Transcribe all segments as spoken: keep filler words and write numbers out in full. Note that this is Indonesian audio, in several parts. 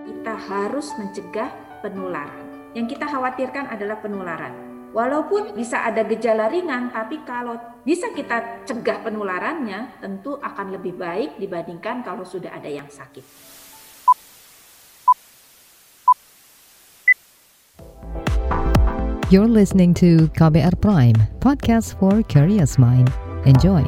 kita harus mencegah penularan. Yang kita khawatirkan adalah penularan. Walaupun bisa ada gejala ringan, tapi kalau bisa kita cegah penularannya, tentu akan lebih baik dibandingkan kalau sudah ada yang sakit. You're listening to K B R Prime, podcast for curious mind. Enjoy.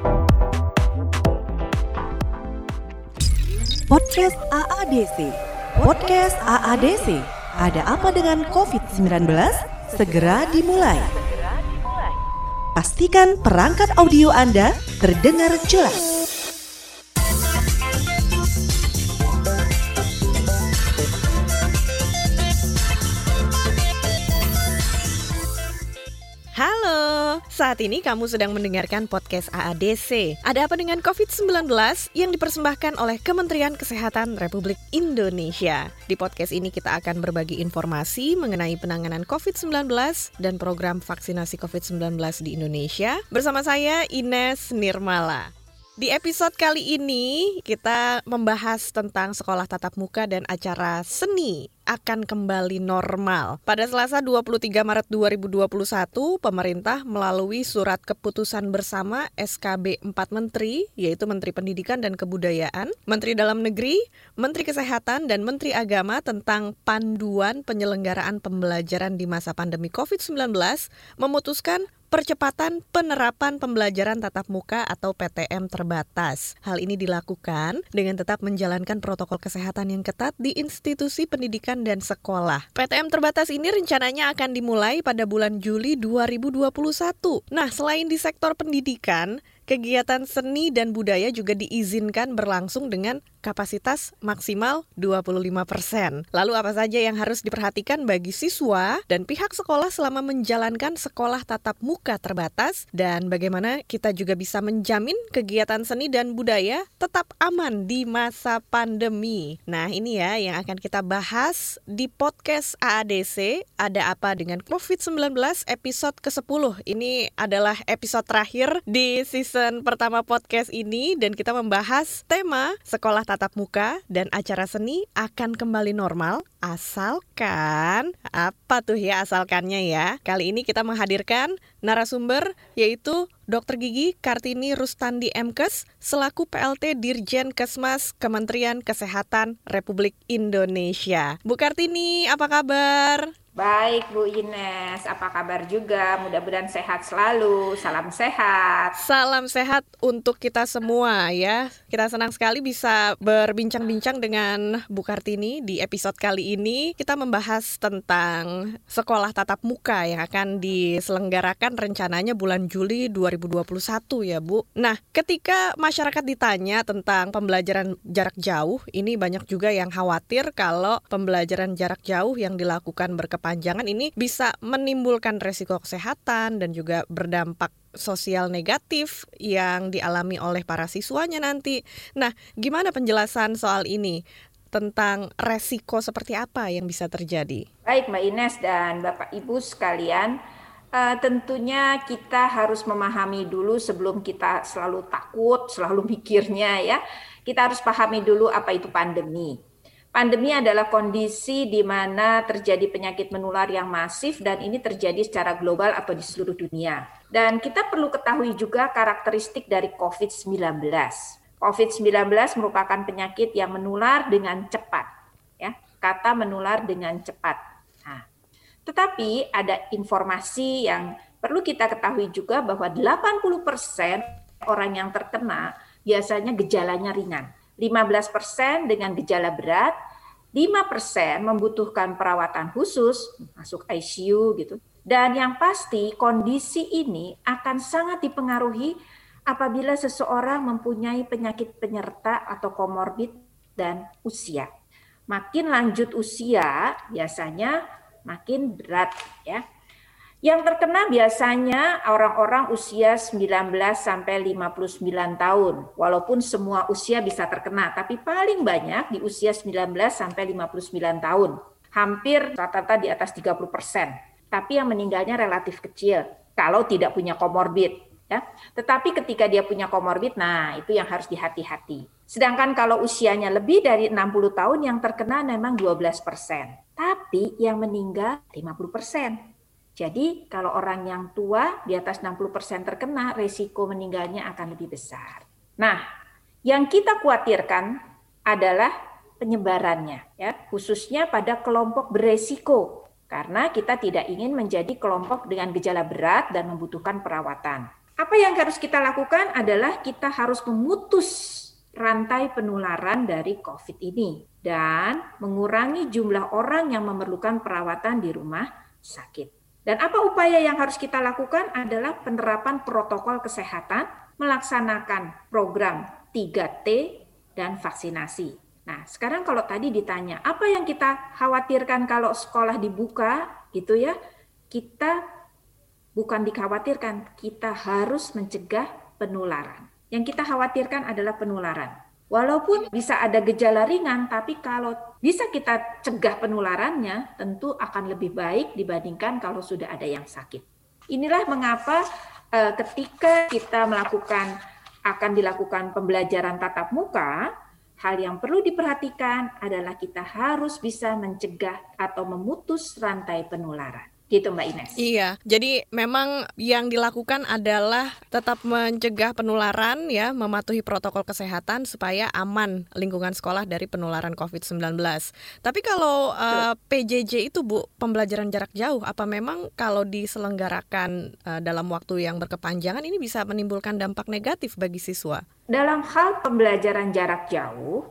Podcast A A D C. Podcast A A D C. Ada apa dengan covid sembilan belas? Segera dimulai. Pastikan perangkat audio Anda terdengar jelas. Halo, saat ini kamu sedang mendengarkan podcast A A D C. Ada apa dengan covid sembilan belas yang dipersembahkan oleh Kementerian Kesehatan Republik Indonesia. Di podcast ini kita akan berbagi informasi mengenai penanganan covid sembilan belas dan program vaksinasi covid sembilan belas di Indonesia. Bersama saya Ines Nirmala. Di episode kali ini kita membahas tentang sekolah tatap muka dan acara seni akan kembali normal. Pada Selasa dua puluh tiga Maret dua ribu dua puluh satu, pemerintah melalui surat keputusan bersama S K B empat Menteri, yaitu Menteri Pendidikan dan Kebudayaan, Menteri Dalam Negeri, Menteri Kesehatan, dan Menteri Agama tentang panduan penyelenggaraan pembelajaran di masa pandemi covid sembilan belas, memutuskan percepatan penerapan pembelajaran tatap muka atau P T M terbatas. Hal ini dilakukan dengan tetap menjalankan protokol kesehatan yang ketat di institusi pendidikan dan sekolah. P T M terbatas ini rencananya akan dimulai pada bulan Juli dua ribu dua puluh satu. Nah, selain di sektor pendidikan, kegiatan seni dan budaya juga diizinkan berlangsung dengan kapasitas maksimal dua puluh lima persen. Lalu apa saja yang harus diperhatikan bagi siswa dan pihak sekolah selama menjalankan sekolah tatap muka terbatas, dan bagaimana kita juga bisa menjamin kegiatan seni dan budaya tetap aman di masa pandemi. Nah, ini ya yang akan kita bahas di podcast A A D C, Ada Apa Dengan covid sembilan belas episode kesepuluh. Ini adalah episode terakhir di season pertama podcast ini, dan kita membahas tema sekolah tatap muka dan acara seni akan kembali normal asalkan, apa tuh ya asalkannya ya. Kali ini kita menghadirkan narasumber yaitu Dokter Gigi Kartini Rustandi M Kes selaku P L T Dirjen Kesmas Kementerian Kesehatan Republik Indonesia. Bu Kartini, apa kabar? Baik Bu Ines, apa kabar juga? Mudah-mudahan sehat selalu, salam sehat. Salam sehat untuk kita semua ya. Kita senang sekali bisa berbincang-bincang dengan Bu Kartini di episode kali ini. Kita membahas tentang sekolah tatap muka yang akan diselenggarakan rencananya bulan Juli dua ribu dua puluh satu ya Bu. Nah, ketika masyarakat ditanya tentang pembelajaran jarak jauh, ini banyak juga yang khawatir kalau pembelajaran jarak jauh yang dilakukan berkepanjangan panjangan ini bisa menimbulkan resiko kesehatan dan juga berdampak sosial negatif yang dialami oleh para siswanya nanti. Nah, gimana penjelasan soal ini? Tentang resiko seperti apa yang bisa terjadi? Baik Mbak Ines dan Bapak Ibu sekalian, uh, tentunya kita harus memahami dulu sebelum kita selalu takut, selalu mikirnya ya. Kita harus pahami dulu apa itu pandemi. Pandemi adalah kondisi di mana terjadi penyakit menular yang masif dan ini terjadi secara global atau di seluruh dunia. Dan kita perlu ketahui juga karakteristik dari covid sembilan belas. covid sembilan belas merupakan penyakit yang menular dengan cepat. Ya, kata menular dengan cepat. Nah, tetapi ada informasi yang perlu kita ketahui juga bahwa delapan puluh persen orang yang terkena biasanya gejalanya ringan. lima belas persen dengan gejala berat, lima persen membutuhkan perawatan khusus, masuk I C U gitu. Dan yang pasti kondisi ini akan sangat dipengaruhi apabila seseorang mempunyai penyakit penyerta atau komorbid dan usia. Makin lanjut usia biasanya makin berat ya. Yang terkena biasanya orang-orang usia sembilan belas sampai lima puluh sembilan tahun. Walaupun semua usia bisa terkena, tapi paling banyak di usia sembilan belas sampai lima puluh sembilan tahun. Hampir rata-rata di atas tiga puluh persen. Tapi yang meninggalnya relatif kecil kalau tidak punya komorbid. Ya. Tetapi ketika dia punya komorbid, nah itu yang harus dihati-hati. Sedangkan kalau usianya lebih dari enam puluh tahun yang terkena memang dua belas persen. Tapi yang meninggal lima puluh persen. Jadi kalau orang yang tua di atas enam puluh persen terkena, resiko meninggalnya akan lebih besar. Nah, yang kita khawatirkan adalah penyebarannya, ya, khususnya pada kelompok beresiko. Karena kita tidak ingin menjadi kelompok dengan gejala berat dan membutuhkan perawatan. Apa yang harus kita lakukan adalah kita harus memutus rantai penularan dari COVID ini dan mengurangi jumlah orang yang memerlukan perawatan di rumah sakit. Dan apa upaya yang harus kita lakukan adalah penerapan protokol kesehatan, melaksanakan program tiga T dan vaksinasi. Nah, sekarang kalau tadi ditanya, apa yang kita khawatirkan kalau sekolah dibuka, gitu ya, kita bukan dikhawatirkan, kita harus mencegah penularan. Yang kita khawatirkan adalah penularan. Walaupun bisa ada gejala ringan, tapi kalau bisa kita cegah penularannya, tentu akan lebih baik dibandingkan kalau sudah ada yang sakit. Inilah mengapa eh, ketika kita melakukan, akan dilakukan pembelajaran tatap muka, hal yang perlu diperhatikan adalah kita harus bisa mencegah atau memutus rantai penularan. Gitu Mbak Ines. Iya, jadi memang yang dilakukan adalah tetap mencegah penularan ya, mematuhi protokol kesehatan supaya aman lingkungan sekolah dari penularan covid sembilan belas. Tapi kalau uh, P J J itu Bu, pembelajaran jarak jauh, apa memang kalau diselenggarakan uh, dalam waktu yang berkepanjangan ini bisa menimbulkan dampak negatif bagi siswa? Dalam hal pembelajaran jarak jauh,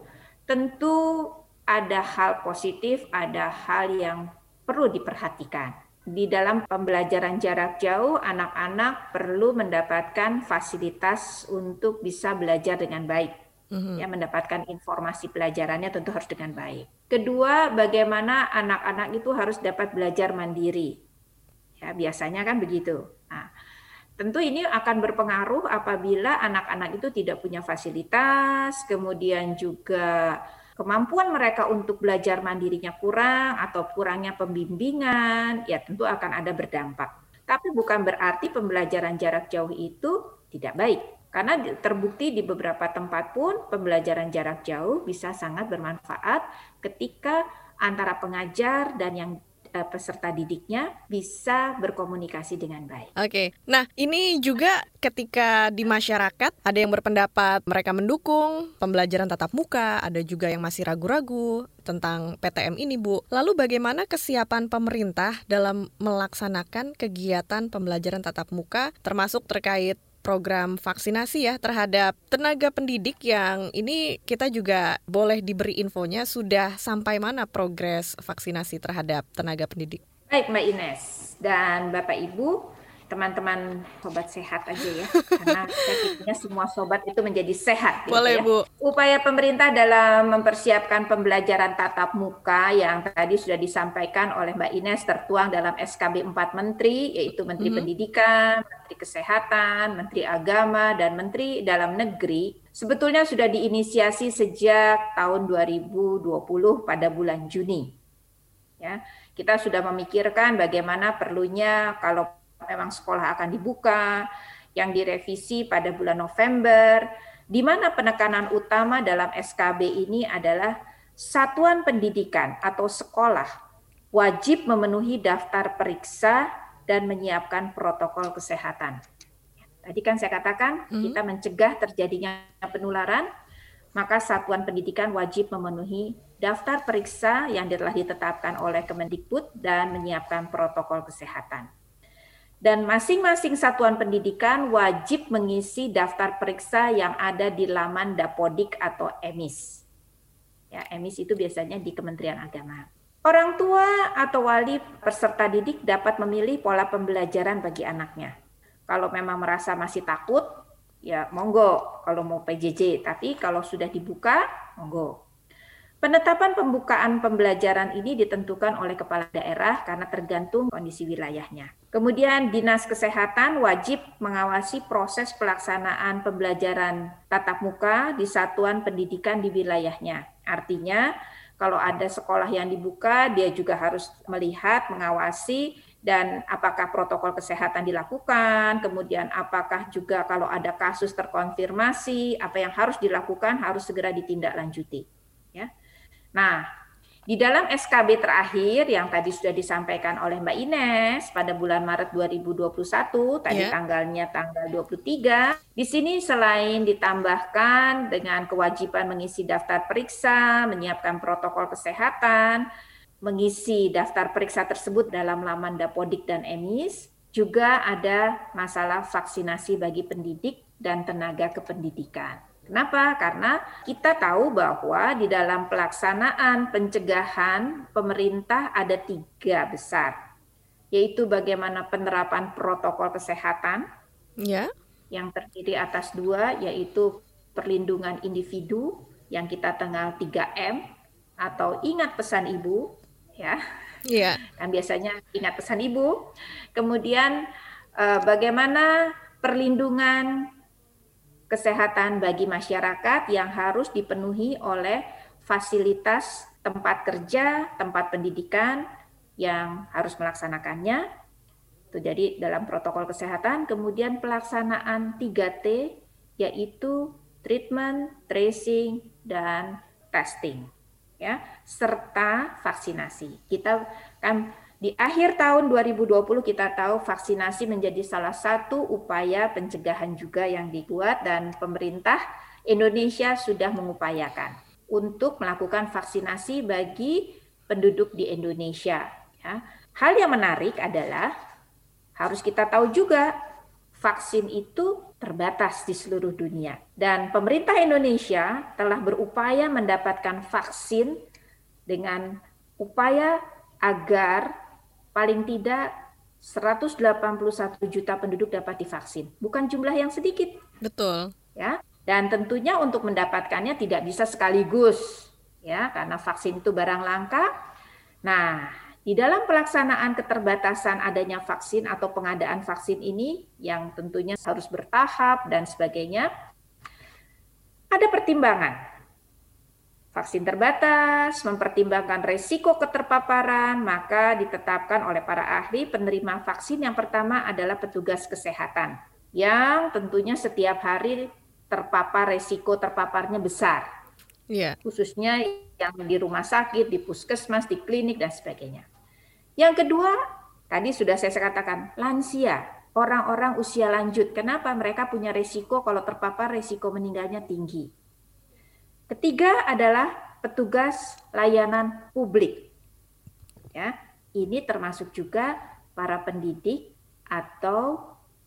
tentu ada hal positif, ada hal yang perlu diperhatikan. Di dalam pembelajaran jarak jauh, anak-anak perlu mendapatkan fasilitas untuk bisa belajar dengan baik. Mm-hmm. Ya, mendapatkan informasi pelajarannya tentu harus dengan baik. Kedua, bagaimana anak-anak itu harus dapat belajar mandiri. Ya, biasanya kan begitu. Nah, tentu ini akan berpengaruh apabila anak-anak itu tidak punya fasilitas, kemudian juga kemampuan mereka untuk belajar mandirinya kurang atau kurangnya pembimbingan, ya tentu akan ada berdampak. Tapi bukan berarti pembelajaran jarak jauh itu tidak baik. Karena terbukti di beberapa tempat pun pembelajaran jarak jauh bisa sangat bermanfaat ketika antara pengajar dan yang peserta didiknya bisa berkomunikasi dengan baik. Oke, nah ini juga ketika di masyarakat ada yang berpendapat mereka mendukung pembelajaran tatap muka, ada juga yang masih ragu-ragu tentang P T M ini Bu. Lalu bagaimana kesiapan pemerintah dalam melaksanakan kegiatan pembelajaran tatap muka termasuk terkait program vaksinasi ya terhadap tenaga pendidik yang ini kita juga boleh diberi infonya sudah sampai mana progres vaksinasi terhadap tenaga pendidik? Baik Mbak Ines dan Bapak Ibu, teman-teman sobat sehat aja ya, karena saya pikirnya semua sobat itu menjadi sehat. Boleh gitu ya. Bu. Upaya pemerintah dalam mempersiapkan pembelajaran tatap muka yang tadi sudah disampaikan oleh Mbak Ines tertuang dalam S K B empat Menteri, yaitu Menteri mm-hmm. Pendidikan, Menteri Kesehatan, Menteri Agama, dan Menteri Dalam Negeri, sebetulnya sudah diinisiasi sejak tahun dua ribu dua puluh pada bulan Juni. Ya, kita sudah memikirkan bagaimana perlunya kalau memang sekolah akan dibuka, yang direvisi pada bulan November, di mana penekanan utama dalam S K B ini adalah satuan pendidikan atau sekolah wajib memenuhi daftar periksa dan menyiapkan protokol kesehatan. Tadi kan saya katakan hmm. kita mencegah terjadinya penularan, maka satuan pendidikan wajib memenuhi daftar periksa yang telah ditetapkan oleh Kemendikbud dan menyiapkan protokol kesehatan. Dan masing-masing satuan pendidikan wajib mengisi daftar periksa yang ada di laman Dapodik atau E M I S. Ya, E M I S itu biasanya di Kementerian Agama. Orang tua atau wali peserta didik dapat memilih pola pembelajaran bagi anaknya. Kalau memang merasa masih takut, ya monggo kalau mau P J J. Tapi kalau sudah dibuka, monggo. Penetapan pembukaan pembelajaran ini ditentukan oleh kepala daerah karena tergantung kondisi wilayahnya. Kemudian Dinas Kesehatan wajib mengawasi proses pelaksanaan pembelajaran tatap muka di satuan pendidikan di wilayahnya. Artinya kalau ada sekolah yang dibuka, dia juga harus melihat, mengawasi dan apakah protokol kesehatan dilakukan, kemudian apakah juga kalau ada kasus terkonfirmasi, apa yang harus dilakukan harus segera ditindaklanjuti. Ya. Nah, di dalam S K B terakhir yang tadi sudah disampaikan oleh Mbak Ines pada bulan Maret dua ribu dua puluh satu, tadi yeah. tanggalnya tanggal dua puluh tiga, di sini selain ditambahkan dengan kewajiban mengisi daftar periksa, menyiapkan protokol kesehatan, mengisi daftar periksa tersebut dalam laman Dapodik dan E M I S, juga ada masalah vaksinasi bagi pendidik dan tenaga kependidikan. Kenapa? Karena kita tahu bahwa di dalam pelaksanaan pencegahan pemerintah ada tiga besar, yaitu bagaimana penerapan protokol kesehatan, ya, yang terdiri atas dua, yaitu perlindungan individu yang kita kenal tiga M atau ingat pesan ibu, ya, yeah. Kan biasanya ingat pesan ibu. Kemudian eh, bagaimana perlindungan kesehatan bagi masyarakat yang harus dipenuhi oleh fasilitas tempat kerja, tempat pendidikan yang harus melaksanakannya. Itu jadi dalam protokol kesehatan. Kemudian pelaksanaan tiga T, yaitu treatment, tracing, dan testing, ya, serta vaksinasi. Kita kan di akhir tahun dua ribu dua puluh kita tahu vaksinasi menjadi salah satu upaya pencegahan juga yang dibuat dan pemerintah Indonesia sudah mengupayakan untuk melakukan vaksinasi bagi penduduk di Indonesia. Ya. Hal yang menarik adalah harus kita tahu juga vaksin itu terbatas di seluruh dunia dan pemerintah Indonesia telah berupaya mendapatkan vaksin dengan upaya agar paling tidak seratus delapan puluh satu juta penduduk dapat divaksin. Bukan jumlah yang sedikit. Betul. Ya. Dan tentunya untuk mendapatkannya tidak bisa sekaligus, ya, karena vaksin itu barang langka. Nah, di dalam pelaksanaan keterbatasan adanya vaksin atau pengadaan vaksin ini yang tentunya harus bertahap dan sebagainya, ada pertimbangan. Vaksin terbatas, mempertimbangkan risiko keterpaparan, maka ditetapkan oleh para ahli penerima vaksin yang pertama adalah petugas kesehatan, yang tentunya setiap hari terpapar, risiko terpaparnya besar. Yeah. Khususnya yang di rumah sakit, di puskesmas, di klinik, dan sebagainya. Yang kedua, tadi sudah saya katakan, lansia, orang-orang usia lanjut. Kenapa? Mereka punya risiko kalau terpapar, risiko meninggalnya tinggi. Ketiga adalah petugas layanan publik. Ya, ini termasuk juga para pendidik atau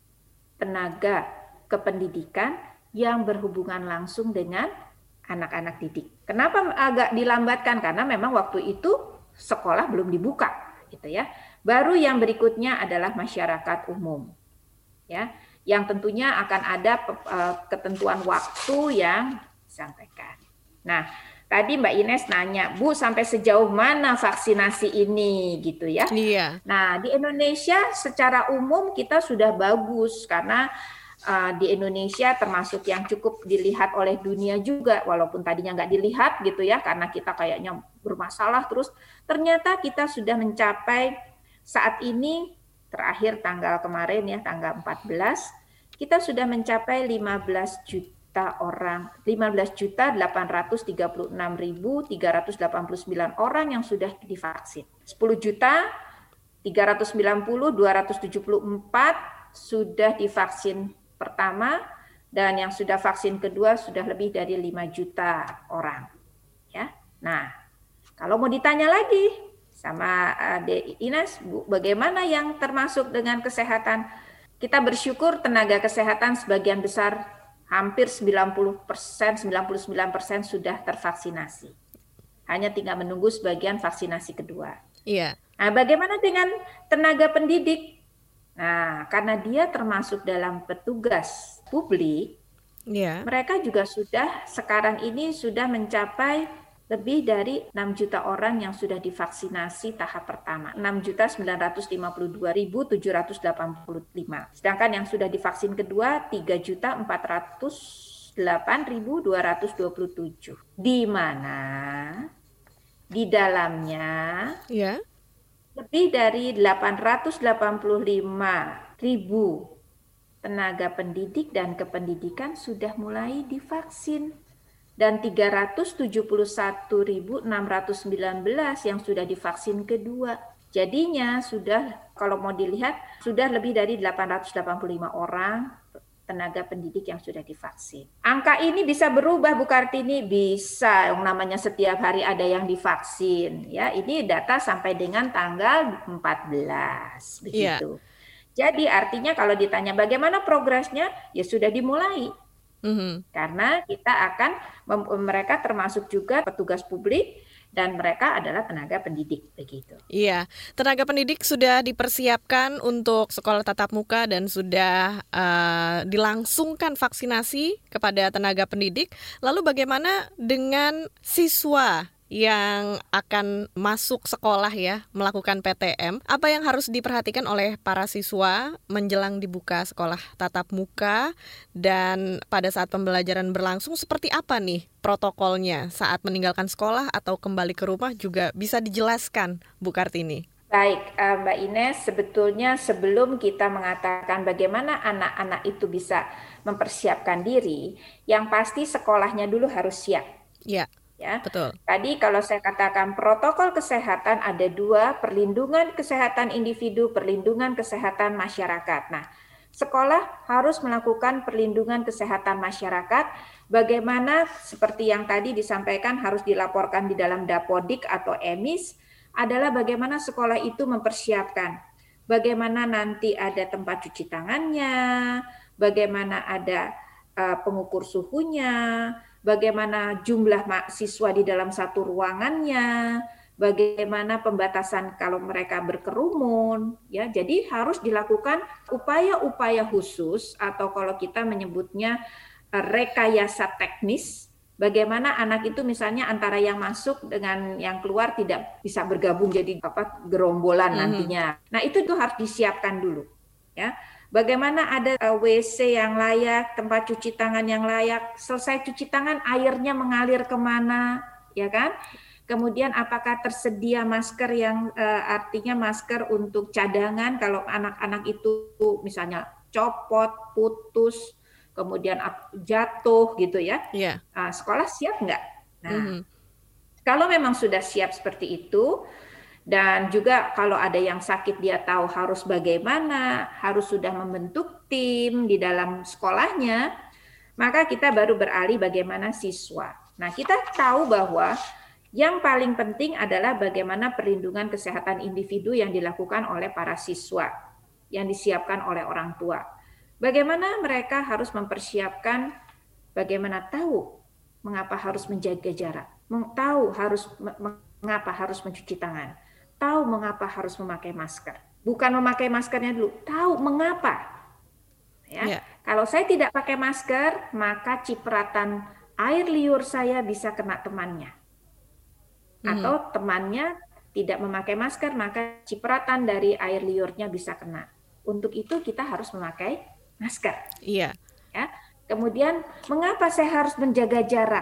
tenaga kependidikan yang berhubungan langsung dengan anak-anak didik. Kenapa agak dilambatkan? Karena memang waktu itu sekolah belum dibuka, gitu ya. Baru yang berikutnya adalah masyarakat umum, ya, yang tentunya akan ada uh, ketentuan waktu yang disampaikan. Nah, tadi Mbak Ines nanya, Bu, sampai sejauh mana vaksinasi ini, gitu ya? Iya. Nah, di Indonesia secara umum kita sudah bagus karena uh, di Indonesia termasuk yang cukup dilihat oleh dunia juga, walaupun tadinya nggak dilihat gitu ya, karena kita kayaknya bermasalah terus. Ternyata kita sudah mencapai saat ini terakhir tanggal kemarin ya, tanggal empat belas, kita sudah mencapai lima belas juta orang, lima belas juta delapan ratus tiga puluh enam ribu tiga ratus delapan puluh sembilan orang yang sudah divaksin. sepuluh juta tiga ratus sembilan puluh ribu dua ratus tujuh puluh empat sudah divaksin pertama dan yang sudah vaksin kedua sudah lebih dari lima juta orang. Ya. Nah, kalau mau ditanya lagi sama Dek Ines, Bu, bagaimana yang termasuk dengan kesehatan? Kita bersyukur tenaga kesehatan sebagian besar hampir sembilan puluh persen, sembilan puluh sembilan persen sudah tervaksinasi. Hanya tinggal menunggu sebagian vaksinasi kedua. Iya. Nah, bagaimana dengan tenaga pendidik? Nah, karena dia termasuk dalam petugas publik, iya, mereka juga sudah sekarang ini sudah mencapai lebih dari enam juta orang yang sudah divaksinasi tahap pertama. enam juta sembilan ratus lima puluh dua ribu tujuh ratus delapan puluh lima. Sedangkan yang sudah divaksin kedua tiga juta empat ratus delapan ribu dua ratus dua puluh tujuh. Di mana di dalamnya ya, lebih dari delapan ratus delapan puluh lima ribu tenaga pendidik dan kependidikan sudah mulai divaksin. Dan tiga ratus tujuh puluh satu ribu enam ratus sembilan belas yang sudah divaksin kedua. Jadinya sudah, kalau mau dilihat, sudah lebih dari delapan ratus delapan puluh lima orang tenaga pendidik yang sudah divaksin. Angka ini bisa berubah, Bu Kartini, bisa. Yang namanya setiap hari ada yang divaksin. Ya, ini data sampai dengan tanggal empat belas, begitu. Yeah. Jadi artinya kalau ditanya bagaimana progresnya, ya sudah dimulai. Mm-hmm. Karena kita akan, mereka termasuk juga petugas publik dan mereka adalah tenaga pendidik, begitu. Iya, tenaga pendidik sudah dipersiapkan untuk sekolah tatap muka dan sudah uh, dilangsungkan vaksinasi kepada tenaga pendidik. Lalu bagaimana dengan siswa yang akan masuk sekolah ya, melakukan P T M? Apa yang harus diperhatikan oleh para siswa menjelang dibuka sekolah tatap muka dan pada saat pembelajaran berlangsung, seperti apa nih protokolnya saat meninggalkan sekolah atau kembali ke rumah, juga bisa dijelaskan, Bu Kartini? Baik, Mbak Ines, sebetulnya sebelum kita mengatakan bagaimana anak-anak itu bisa mempersiapkan diri, yang pasti sekolahnya dulu harus siap. Iya. Ya, betul. Tadi kalau saya katakan protokol kesehatan ada dua, perlindungan kesehatan individu, perlindungan kesehatan masyarakat. Nah, sekolah harus melakukan perlindungan kesehatan masyarakat. Bagaimana seperti yang tadi disampaikan harus dilaporkan di dalam Dapodik atau E M I S adalah bagaimana sekolah itu mempersiapkan. Bagaimana nanti ada tempat cuci tangannya, bagaimana ada uh, pengukur suhunya, bagaimana jumlah mahasiswa di dalam satu ruangannya, bagaimana pembatasan kalau mereka berkerumun, ya. Jadi harus dilakukan upaya-upaya khusus atau kalau kita menyebutnya rekayasa teknis, bagaimana anak itu misalnya antara yang masuk dengan yang keluar tidak bisa bergabung jadi apa gerombolan mm-hmm. nantinya. Nah, itu tuh harus disiapkan dulu, ya. Bagaimana ada W C yang layak, tempat cuci tangan yang layak, selesai cuci tangan airnya mengalir kemana, ya kan? Kemudian apakah tersedia masker yang uh, artinya masker untuk cadangan kalau anak-anak itu misalnya copot, putus, kemudian jatuh gitu ya? Yeah. Nah, sekolah siap nggak? Nah, mm-hmm. kalau memang sudah siap seperti itu, dan juga kalau ada yang sakit dia tahu harus bagaimana, harus sudah membentuk tim di dalam sekolahnya, maka kita baru beralih bagaimana siswa. Nah, kita tahu bahwa yang paling penting adalah bagaimana perlindungan kesehatan individu yang dilakukan oleh para siswa, yang disiapkan oleh orang tua. Bagaimana mereka harus mempersiapkan, bagaimana tahu mengapa harus menjaga jarak, tahu harus mengapa harus mencuci tangan, tahu mengapa harus memakai masker. Bukan memakai maskernya dulu, tahu mengapa. Ya. Yeah. Kalau saya tidak pakai masker, maka cipratan air liur saya bisa kena temannya. Mm-hmm. Atau temannya tidak memakai masker, maka cipratan dari air liurnya bisa kena. Untuk itu kita harus memakai masker. Iya. Yeah. Ya. Kemudian mengapa saya harus menjaga jarak?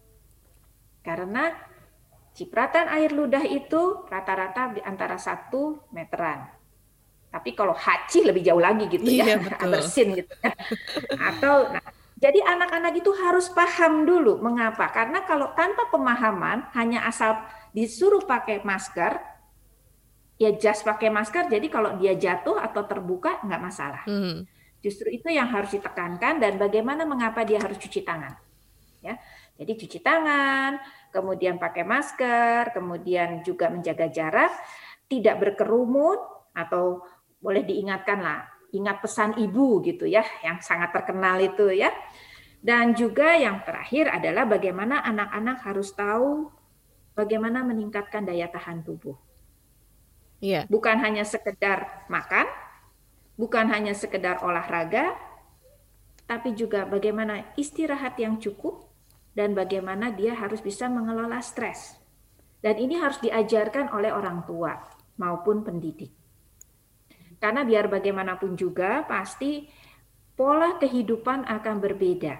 Karena cipratan air ludah itu rata-rata antara satu meteran. Tapi kalau haci lebih jauh lagi gitu ya, iya, bersin gitu ya. Atau, nah, jadi anak-anak itu harus paham dulu mengapa. Karena kalau tanpa pemahaman, hanya asal disuruh pakai masker, ya just pakai masker, jadi kalau dia jatuh atau terbuka nggak masalah. Hmm. Justru itu yang harus ditekankan dan bagaimana mengapa dia harus cuci tangan. Ya, jadi cuci tangan, kemudian pakai masker, kemudian juga menjaga jarak, tidak berkerumun, atau boleh diingatkan lah, ingat pesan ibu gitu ya, yang sangat terkenal itu ya. Dan juga yang terakhir adalah bagaimana anak-anak harus tahu bagaimana meningkatkan daya tahan tubuh. Yeah. Bukan hanya sekedar makan, bukan hanya sekedar olahraga, tapi juga bagaimana istirahat yang cukup, dan bagaimana dia harus bisa mengelola stres. Dan ini harus diajarkan oleh orang tua maupun pendidik. Karena biar bagaimanapun juga pasti pola kehidupan akan berbeda.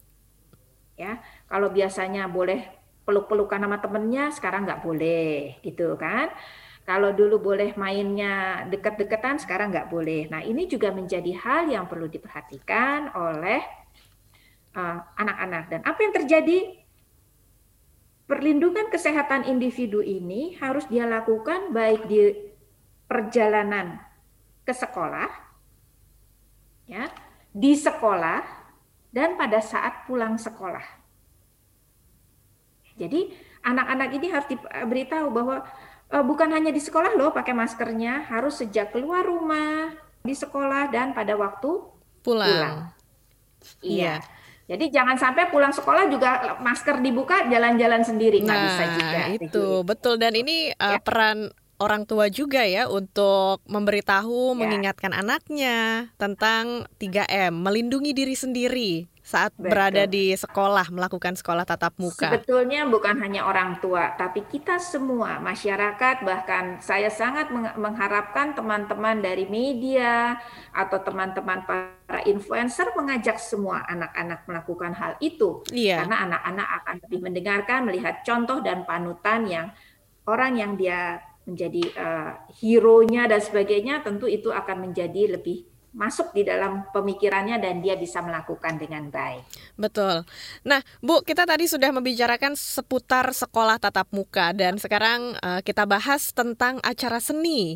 Ya, kalau biasanya boleh peluk-pelukan sama temennya, sekarang nggak boleh, gitu kan? Kalau dulu boleh mainnya dekat-dekatan, sekarang nggak boleh. Nah, ini juga menjadi hal yang perlu diperhatikan oleh uh, anak-anak. Dan apa yang terjadi? Perlindungan kesehatan individu ini harus dia lakukan baik di perjalanan ke sekolah, ya, di sekolah, dan pada saat pulang sekolah. Jadi anak-anak ini harus diberitahu bahwa uh, bukan hanya di sekolah loh pakai maskernya, harus sejak keluar rumah, di sekolah, dan pada waktu pulang. pulang. Iya. Jadi jangan sampai pulang sekolah juga masker dibuka jalan-jalan sendiri, nggak Nah, bisa juga. itu betul, dan ini uh, Ya. peran orang tua juga ya untuk memberitahu, Ya. mengingatkan anaknya tentang tiga M, melindungi diri sendiri saat Betul. berada di sekolah, melakukan sekolah tatap muka. Sebetulnya bukan hanya orang tua, tapi kita semua, masyarakat, bahkan saya sangat mengharapkan teman-teman dari media atau teman-teman para influencer mengajak semua anak-anak melakukan hal itu. Iya. Karena anak-anak akan lebih mendengarkan, melihat contoh dan panutan yang orang yang dia menjadi uh, hero-nya dan sebagainya, tentu itu akan menjadi lebih masuk di dalam pemikirannya dan dia bisa melakukan dengan baik. Betul. Nah, Bu, kita tadi sudah membicarakan seputar sekolah tatap muka dan sekarang uh, kita bahas tentang acara seni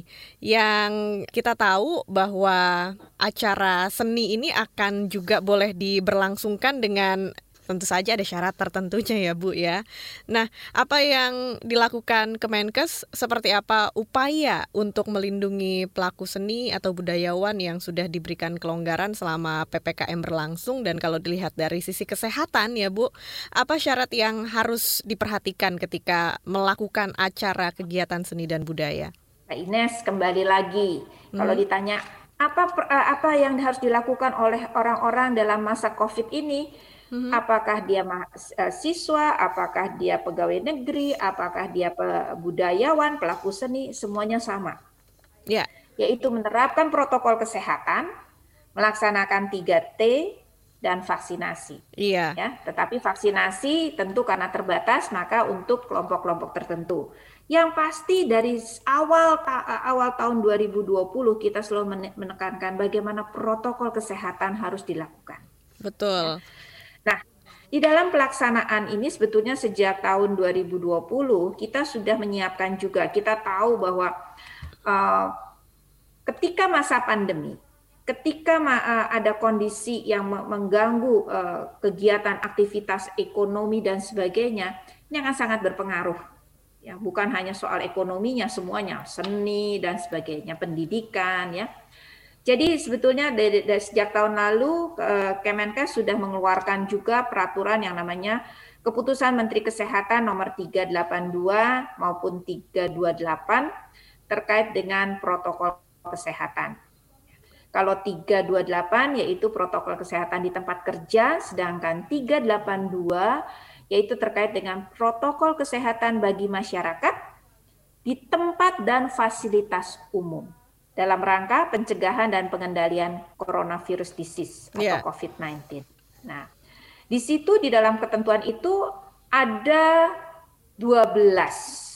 yang kita tahu bahwa acara seni ini akan juga boleh diberlangsungkan dengan tentu saja ada syarat tertentunya ya Bu ya. Nah, apa yang dilakukan Kemenkes, seperti apa upaya untuk melindungi pelaku seni atau budayawan yang sudah diberikan kelonggaran selama P P K M berlangsung, dan kalau dilihat dari sisi kesehatan ya Bu, apa syarat yang harus diperhatikan ketika melakukan acara kegiatan seni dan budaya? Pak Ines, kembali lagi hmm. kalau ditanya apa apa yang harus dilakukan oleh orang-orang dalam masa COVID ini, Mm-hmm. apakah dia mahasiswa, apakah dia pegawai negeri, apakah dia budayawan, pelaku seni, semuanya sama. Ya. Yaitu menerapkan protokol kesehatan, melaksanakan tiga T, dan vaksinasi. Iya. Ya, tetapi vaksinasi tentu karena terbatas, maka untuk kelompok-kelompok tertentu. Yang pasti dari awal awal tahun dua ribu dua puluh kita selalu menekankan bagaimana protokol kesehatan harus dilakukan. Betul. Ya. Nah, di dalam pelaksanaan ini sebetulnya sejak tahun dua ribu dua puluh kita sudah menyiapkan juga. Kita tahu bahwa uh, ketika masa pandemi, ketika uh, ada kondisi yang mengganggu uh, kegiatan aktivitas ekonomi dan sebagainya, ini akan sangat berpengaruh. Ya, bukan hanya soal ekonominya, semuanya, seni dan sebagainya, pendidikan, ya. Jadi sebetulnya dari, dari sejak tahun lalu Kemenkes sudah mengeluarkan juga peraturan yang namanya Keputusan Menteri Kesehatan nomor tiga ratus delapan puluh dua maupun tiga ratus dua puluh delapan terkait dengan protokol kesehatan. Kalau tiga ratus dua puluh delapan yaitu protokol kesehatan di tempat kerja, sedangkan tiga ratus delapan puluh dua yaitu terkait dengan protokol kesehatan bagi masyarakat di tempat dan fasilitas umum, dalam rangka pencegahan dan pengendalian coronavirus disease atau yeah. covid sembilan belas. Nah, di situ di dalam ketentuan itu ada dua belas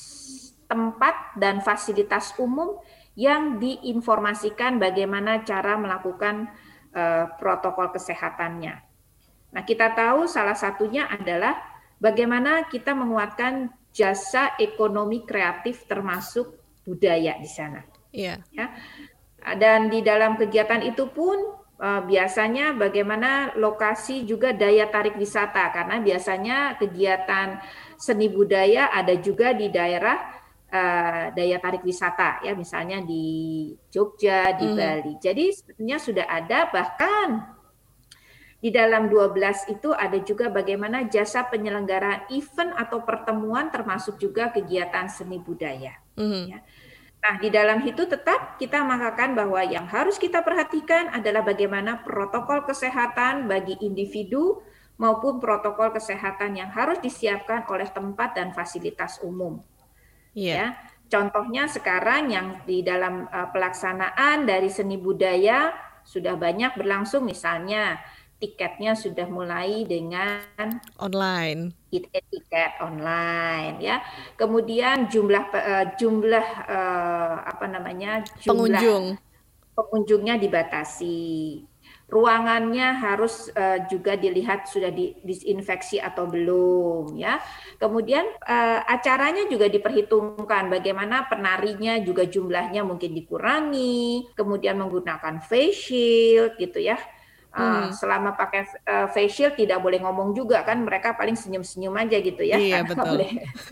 tempat dan fasilitas umum yang diinformasikan bagaimana cara melakukan uh, protokol kesehatannya. Nah, kita tahu salah satunya adalah bagaimana kita menguatkan jasa ekonomi kreatif termasuk budaya di sana. Iya. Ya. Dan di dalam kegiatan itu pun uh, biasanya bagaimana lokasi juga daya tarik wisata, karena biasanya kegiatan seni budaya ada juga di daerah uh, daya tarik wisata, ya misalnya di Jogja, di mm. Bali. Jadi sebenarnya sudah ada, bahkan di dalam dua belas itu ada juga bagaimana jasa penyelenggaraan event atau pertemuan termasuk juga kegiatan seni budaya. Mm. Ya. Nah, di dalam itu tetap kita mengatakan bahwa yang harus kita perhatikan adalah bagaimana protokol kesehatan bagi individu maupun protokol kesehatan yang harus disiapkan oleh tempat dan fasilitas umum. Yeah. Ya, contohnya sekarang yang di dalam uh, pelaksanaan dari seni budaya sudah banyak berlangsung, misalnya tiketnya sudah mulai dengan online, tiket online ya. Kemudian jumlah uh, jumlah uh, apa namanya jumlah pengunjung pengunjungnya dibatasi. Ruangannya harus uh, juga dilihat sudah didisinfeksi atau belum ya. Kemudian uh, acaranya juga diperhitungkan bagaimana penarinya juga jumlahnya mungkin dikurangi, kemudian menggunakan face shield gitu ya. Uh, hmm. Selama pakai uh, face shield tidak boleh ngomong juga kan, mereka paling senyum-senyum aja gitu ya. Iya, betul.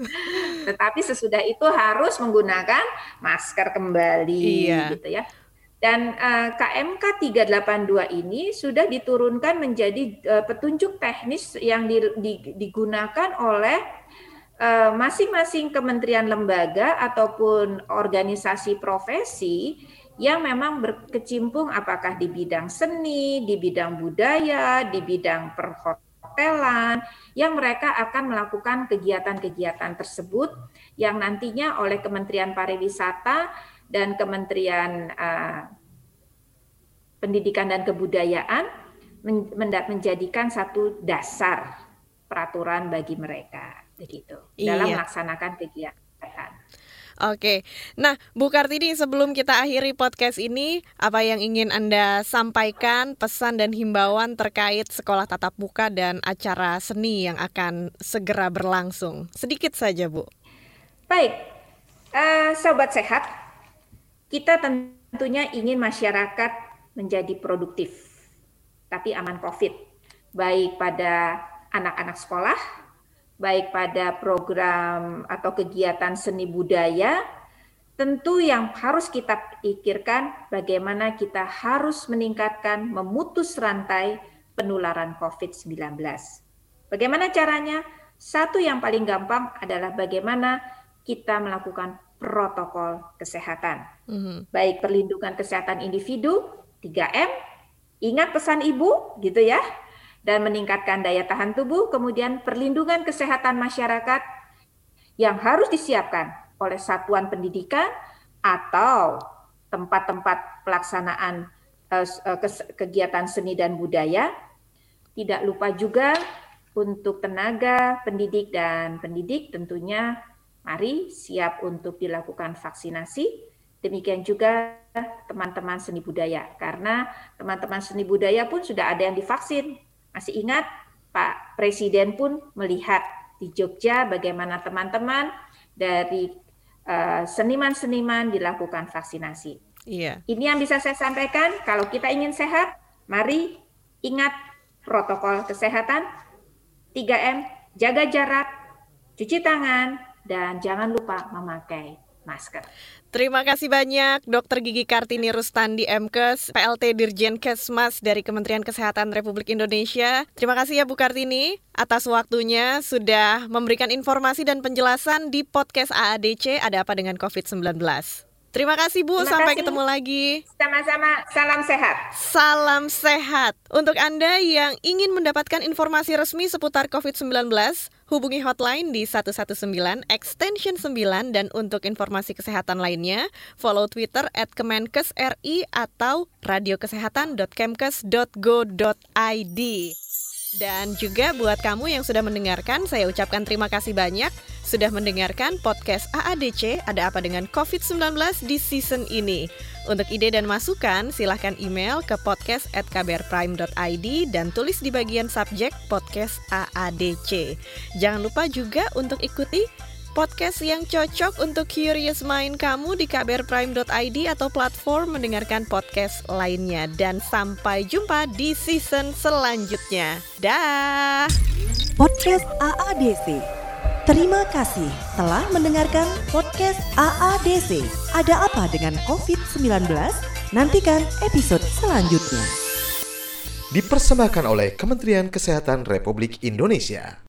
Tetapi sesudah itu harus menggunakan masker kembali iya. gitu ya. Dan uh, K M K tiga delapan dua ini sudah diturunkan menjadi uh, petunjuk teknis yang di, di, digunakan oleh uh, masing-masing kementerian lembaga ataupun organisasi profesi yang memang berkecimpung apakah di bidang seni, di bidang budaya, di bidang perhotelan, yang mereka akan melakukan kegiatan-kegiatan tersebut yang nantinya oleh Kementerian Pariwisata dan Kementerian uh, Pendidikan dan Kebudayaan men- menjadikan satu dasar peraturan bagi mereka, begitu, iya. dalam melaksanakan kegiatan. Oke, nah Bu Kartini, sebelum kita akhiri podcast ini, apa yang ingin Anda sampaikan, pesan dan himbauan terkait sekolah tatap muka dan acara seni yang akan segera berlangsung? Sedikit saja, Bu. Baik, uh, Sobat Sehat, kita tentunya ingin masyarakat menjadi produktif, tapi aman COVID, baik pada anak-anak sekolah, baik pada program atau kegiatan seni budaya. Tentu yang harus kita pikirkan bagaimana kita harus meningkatkan, memutus rantai penularan covid sembilan belas. Bagaimana caranya? Satu yang paling gampang adalah bagaimana kita melakukan protokol kesehatan. Mm-hmm. Baik perlindungan kesehatan individu, tiga M, ingat pesan Ibu gitu ya, dan meningkatkan daya tahan tubuh, kemudian perlindungan kesehatan masyarakat yang harus disiapkan oleh satuan pendidikan atau tempat-tempat pelaksanaan uh, kegiatan seni dan budaya. Tidak lupa juga untuk tenaga pendidik dan pendidik tentunya mari siap untuk dilakukan vaksinasi. Demikian juga teman-teman seni budaya, karena teman-teman seni budaya pun sudah ada yang divaksin. Masih ingat Pak Presiden pun melihat di Jogja bagaimana teman-teman dari uh, seniman-seniman dilakukan vaksinasi. Iya. Ini yang bisa saya sampaikan. Kalau kita ingin sehat, mari ingat protokol kesehatan, tiga M, jaga jarak, cuci tangan, dan jangan lupa memakai masker. Terima kasih banyak Dokter Gigi Kartini Rustandi M Kes, P L T Dirjen Kesmas dari Kementerian Kesehatan Republik Indonesia. Terima kasih ya Bu Kartini atas waktunya sudah memberikan informasi dan penjelasan di podcast A A D C Ada Apa Dengan covid sembilan belas. Terima kasih Bu, Terima sampai kasih. Ketemu lagi. Sama-sama, salam sehat. Salam sehat. Untuk Anda yang ingin mendapatkan informasi resmi seputar covid sembilan belas, hubungi hotline di satu satu sembilan extension sembilan, dan untuk informasi kesehatan lainnya, follow Twitter at kemenkes R I atau radiokesehatan dot kemkes dot go dot i d. Dan juga buat kamu yang sudah mendengarkan, saya ucapkan terima kasih banyak sudah mendengarkan podcast A A D C Ada Apa Dengan covid sembilan belas di season ini. Untuk ide dan masukan, silahkan email ke podcast at k b r prime dot i d dan tulis di bagian subjek podcast A A D C. Jangan lupa juga untuk ikuti podcast yang cocok untuk curious mind kamu di k b r prime dot i d atau platform mendengarkan podcast lainnya. Dan sampai jumpa di season selanjutnya. Dah. Podcast A A D C. Terima kasih telah mendengarkan podcast A A D C. Ada Apa Dengan covid sembilan belas? Nantikan episode selanjutnya. Dipersembahkan oleh Kementerian Kesehatan Republik Indonesia.